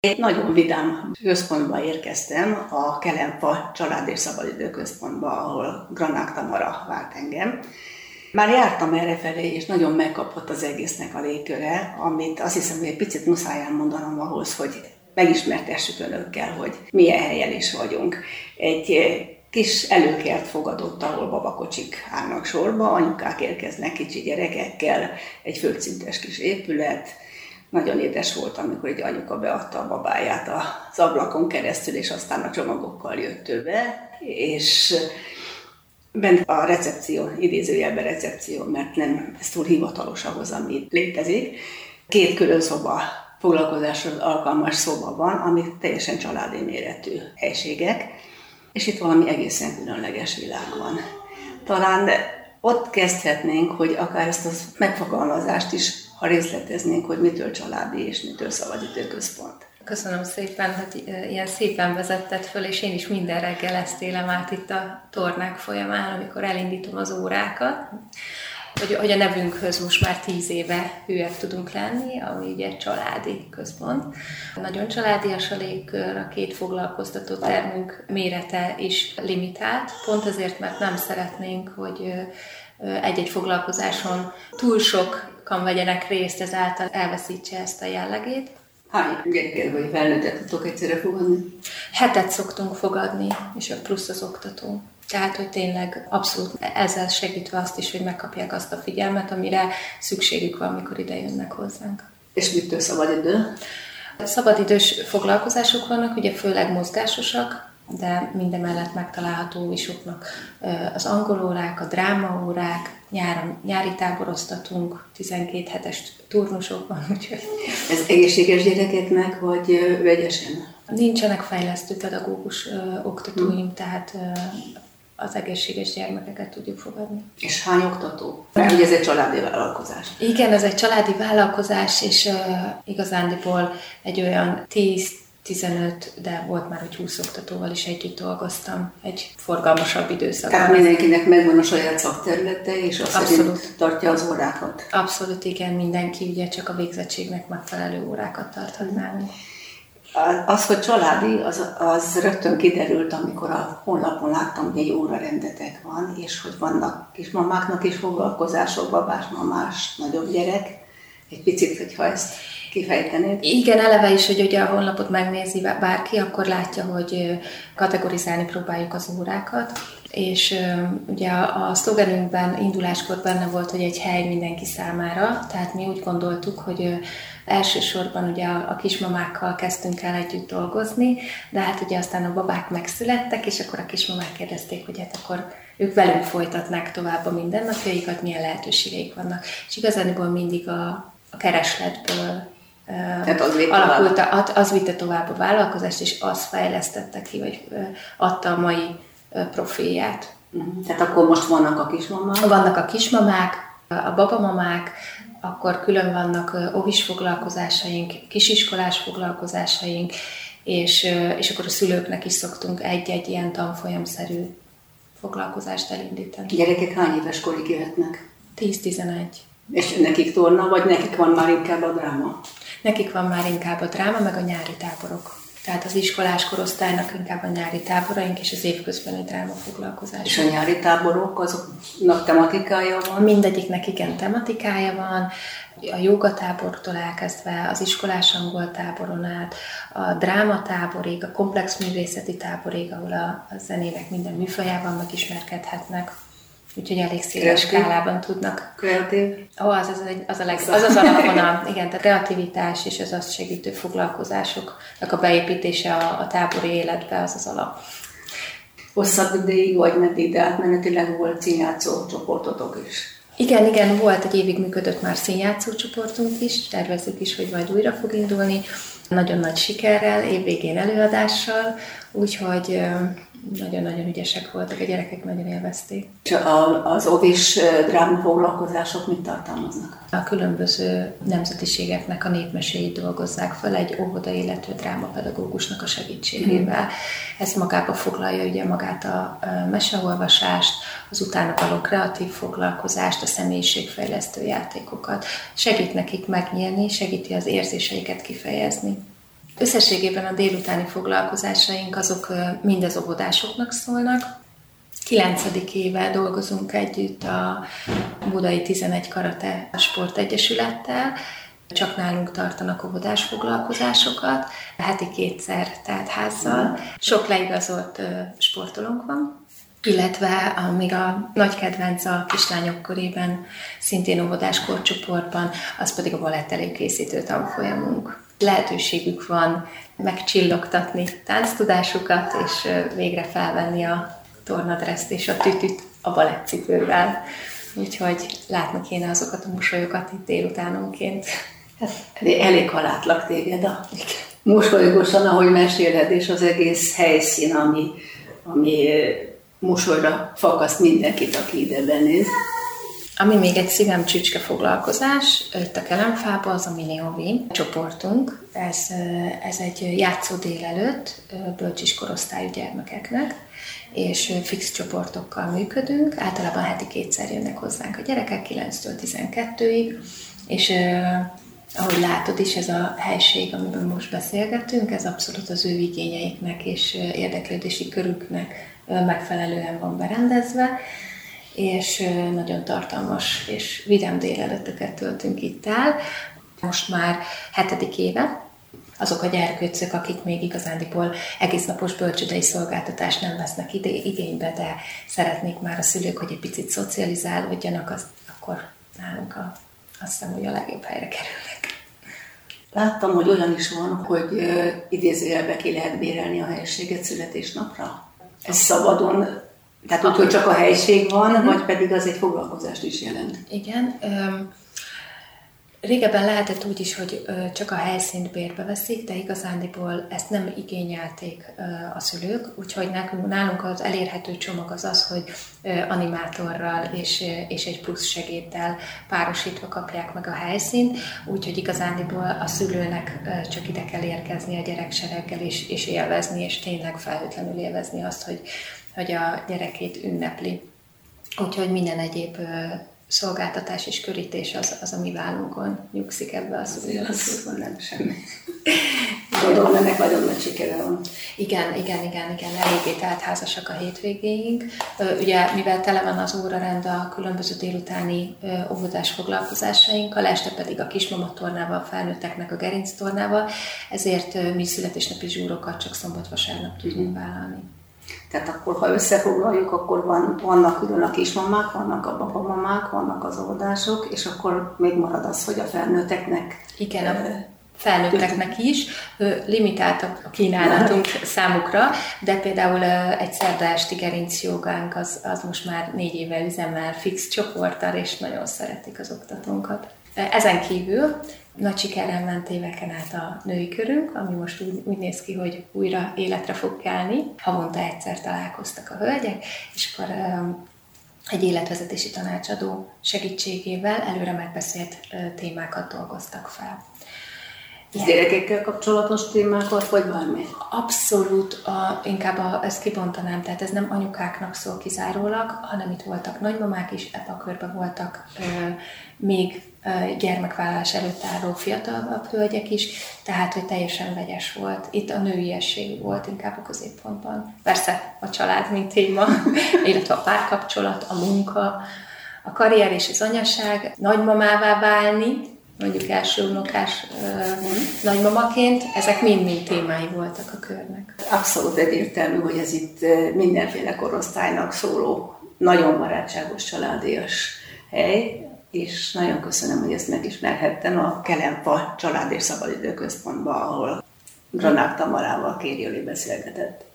Egy nagyon vidám központba érkeztem, a Kelenfa Család és Szabadidő Központba, ahol Granák Tamara várt engem. Már jártam errefelé, és nagyon megkapott az egésznek a légköre, amit azt hiszem, hogy egy picit muszáj elmondanom ahhoz, hogy megismertessük önökkel, hogy milyen helyen is vagyunk. Egy kis előkert fogadott, ahol babakocsik állnak sorba, anyukák érkeznek kicsi gyerekekkel, egy földszintes kis épület. Nagyon édes volt, amikor egy anyuka beadta a babáját az ablakon keresztül, és aztán a csomagokkal jött ő be, és bent a recepció, idézőjelben recepció, mert nem ez túl hivatalos ahhoz, ami létezik. 2 külön szoba, foglalkozásra alkalmas szoba van, amik teljesen családi méretű helységek, és itt valami egészen különleges világ van. Talán ott kezdhetnénk, hogy akár ezt a megfogalmazást is, ha részleteznénk, hogy mitől családi és mitől szabadidő központ. Köszönöm szépen, hogy ilyen szépen vezetted föl, és én is minden reggel ezt élem át itt a tornák folyamán, amikor elindítom az órákat, hogy a nevünkhöz most már 10 éve hűek tudunk lenni, ami ugye családi központ. Nagyon családias a légkör, a 2 foglalkoztató termünk mérete is limitált, pont azért, mert nem szeretnénk, hogy egy-egy foglalkozáson túl sokan vegyenek részt, ezáltal elveszítse ezt a jellegét. Hány gyereket vagy felnőttet tudtok egyszerre fogadni? 7 szoktunk fogadni, és plusz az oktató. Tehát, hogy tényleg abszolút ezzel segítve azt is, hogy megkapják azt a figyelmet, amire szükségük van, mikor ide jönnek hozzánk. És mitől szabadidő? Szabadidős foglalkozások vannak, ugye főleg mozgásosak, de mindemellett megtalálható is oknak az angolórák, a drámaórák, nyári táboroztatunk, 12 hetes turnusokban, úgyhogy... Ez egészséges gyerekeknek, vagy vegyesen? Nincsenek fejlesztő pedagógus oktatóim, tehát az egészséges gyermekeket tudjuk fogadni. És hány oktató? Mert ugye ez egy családi vállalkozás. Igen, ez egy családi vállalkozás, és igazándiból egy olyan 10-15, de volt már, hogy 20 oktatóval is együtt dolgoztam egy forgalmasabb időszakban. Tehát mindenkinek megvan a saját szakterülete, és azt Abszolút. szerint tartja az órákat? Abszolút, igen, mindenki ugye csak a végzettségnek megfelelő órákat tarthat nálunk. Az, hogy családi, az rögtön kiderült, amikor a honlapon láttam, hogy egy órarendetek van, és hogy vannak kismamáknak is foglalkozások, babás-mamás, nagyobb gyerek. Egy picit, hogyha ezt kifejtenéd. Igen, eleve is, hogy ugye a honlapot megnézi bárki, akkor látja, hogy kategorizálni próbáljuk az órákat, és ugye a szlogenünkben induláskor benne volt, hogy egy hely mindenki számára, tehát mi úgy gondoltuk, hogy elsősorban ugye a kismamákkal kezdtünk el együtt dolgozni, de hát ugye aztán a babák megszülettek, és akkor a kismamák kérdezték, hogy hát akkor ők velünk folytatnák tovább a mindennapjaikat, milyen lehetőségeik vannak. És igazából mindig a keresletből alakult, az vitte tovább a vállalkozást, és az fejlesztette ki, vagy adta a mai profilját. Tehát akkor most vannak a kismamák? Vannak a kismamák, a babamamák, akkor külön vannak óvis foglalkozásaink, kisiskolás foglalkozásaink, és akkor a szülőknek is szoktunk egy-egy ilyen tanfolyamszerű foglalkozást elindítani. Gyerekek hány éves korig jöhetnek? 10-11. És nekik torna, vagy nekik van már inkább a dráma? Nekik van már inkább a dráma, meg a nyári táborok. Tehát az iskolás korosztálynak inkább a nyári táboraink és az évközbeni dráma foglalkozás. És a nyári táborok, azoknak tematikája van? Mindegyiknek igen tematikája van. A jogatábortól elkezdve az iskolás angol táboron át, a drámatáborig, a komplex művészeti táborig, ahol a zenének minden műfajában megismerkedhetnek. Úgyhogy elég széles skálában tudnak. Kreatív? Az az alapvonal. Igen, tehát kreativitás és az azt segítő foglalkozásoknak a beépítése a tábori életbe, az az alap. Hosszabb ideig, vagy meddig, de átmenetileg volt színjátszó csoportotok is? Igen, volt, egy évig működött már színjátszó csoportunk is, tervezzük is, hogy majd újra fog indulni. Nagyon nagy sikerrel, évvégén előadással, úgyhogy nagyon-nagyon ügyesek voltak, a gyerekek nagyon élvezték. És az óvis drámafoglalkozások mit tartalmaznak? A különböző nemzetiségeknek a népmeséit dolgozzák fel egy óvoda illető drámapedagógusnak a segítségével. Ez magába foglalja ugye magát a meseolvasást, az utána való kreatív foglalkozást, a személyiségfejlesztő játékokat. Segít nekik megnyílni, segíti az érzéseiket kifejezni. Összességében a délutáni foglalkozásaink azok mind az óvodásoknak szólnak. 9. éve dolgozunk együtt a Budai 11 Karate Sportegyesülettel, csak nálunk tartanak óvodás foglalkozásokat, heti 2-szer teltházzal. Sok leigazolt sportolónk van, illetve még a nagy kedvenc a kislányok körében, szintén óvodás korcsoportban, az pedig a balett előkészítő tanfolyamunk. Lehetőségük van megcsillogtatni tánctudásukat, és végre felvenni a tornadreszt és a tütüt a balettcipővel. Úgyhogy látni kéne azokat a mosolyokat itt délutánonként. Elég ha látlak téged mosolyogosan, ahogy meséled, és az egész helyszín, ami mosolyra fakaszt mindenkit, aki ide benéz. Ami még egy szívem csücske foglalkozás, itt a Kelemfában, az a Mini-Ovi csoportunk. Ez egy játszó délelőtt bölcsis korosztályú gyermekeknek, és fix csoportokkal működünk. Általában heti 2-szer jönnek hozzánk a gyerekek, 9-től 12-ig, és ahogy látod is, ez a helység, amiben most beszélgetünk, ez abszolút az ő igényeiknek és érdeklődési körüknek megfelelően van berendezve, és nagyon tartalmas és vidám délelőttöket töltünk itt el. Most már 7. éve. Azok a gyerkőcök, akik még igazándiból egésznapos bölcsődei szolgáltatást nem vesznek igénybe, de szeretnék már a szülők, hogy egy picit szocializálódjanak, akkor nálunk azt hiszem, hogy a legjobb helyre kerülnek. Láttam, hogy olyan is van, hogy idézőjelbe ki lehet bérelni a helységet születésnapra. Ez szabadon, tehát úgy, hogy csak a helység van, vagy pedig az egy foglalkozást is jelent. Igen. Régebben lehetett úgy is, hogy csak a helyszínt bérbe veszik, de igazándiból ezt nem igényelték a szülők, úgyhogy nálunk az elérhető csomag az, hogy animátorral és egy plusz segéddel párosítva kapják meg a helyszínt, úgyhogy igazándiból a szülőnek csak ide kell érkezni a gyereksereggel és élvezni, és tényleg felhőtlenül élvezni azt, hogy a gyerekét ünnepli. Úgyhogy minden egyéb szolgáltatás és körítés az a mi vállunkon nyugszik ebbe a szülőházban, nem semmi. Gondolom, ennek nagyon nagy sikere van. Igen, eléggé teltházasak a hétvégéink. Ugye, mivel tele van az órarend a különböző délutáni óvodás foglalkozásainkkal, este pedig a kismamatornával, a felnőtteknek a gerinctornával, ezért mi születésnapi zsúrokat csak szombat-vasárnap tudunk vállalni. Tehát akkor, ha összefoglaljuk, akkor vannak külön a kismamák, vannak a babamamák, vannak az óvodások, és akkor még marad az, hogy a felnőtteknek... Igen, a felnőtteknek is. Limitált a kínálatunk számukra, de például egy szerda esti gerincjogánk az most már 4 éve üzemel fix csoporttal, és nagyon szeretik az oktatónkat. Ezen kívül nagy sikerrel ment éveken át a női körünk, ami most úgy néz ki, hogy újra életre fog kelni. Havonta egyszer találkoztak a hölgyek, és akkor egy életvezetési tanácsadó segítségével előre megbeszélt témákat dolgoztak fel. Gyerekekkel kapcsolatos témákat, vagy bármi? Abszolút, inkább ezt kibontanám, tehát ez nem anyukáknak szól kizárólag, hanem itt voltak nagymamák is, ebben a körben voltak még gyermekvállalás előtt álló fiatalabb hölgyek is, tehát hogy teljesen vegyes volt. Itt a nőiesség volt inkább a középpontban. Persze a család, mint téma, illetve a párkapcsolat, a munka, a karrier és az anyaság, nagymamává válni, mondjuk első unokás nagymamaként, ezek mind-mind témái voltak a körnek. Abszolút egyértelmű, hogy ez itt mindenféle korosztálynak szóló, nagyon barátságos, családias hely, és nagyon köszönöm, hogy ezt megismerhettem a Kelemfa Család és Szabadidő Központban, ahol Granák Tamarával Kérjéli beszélgetett.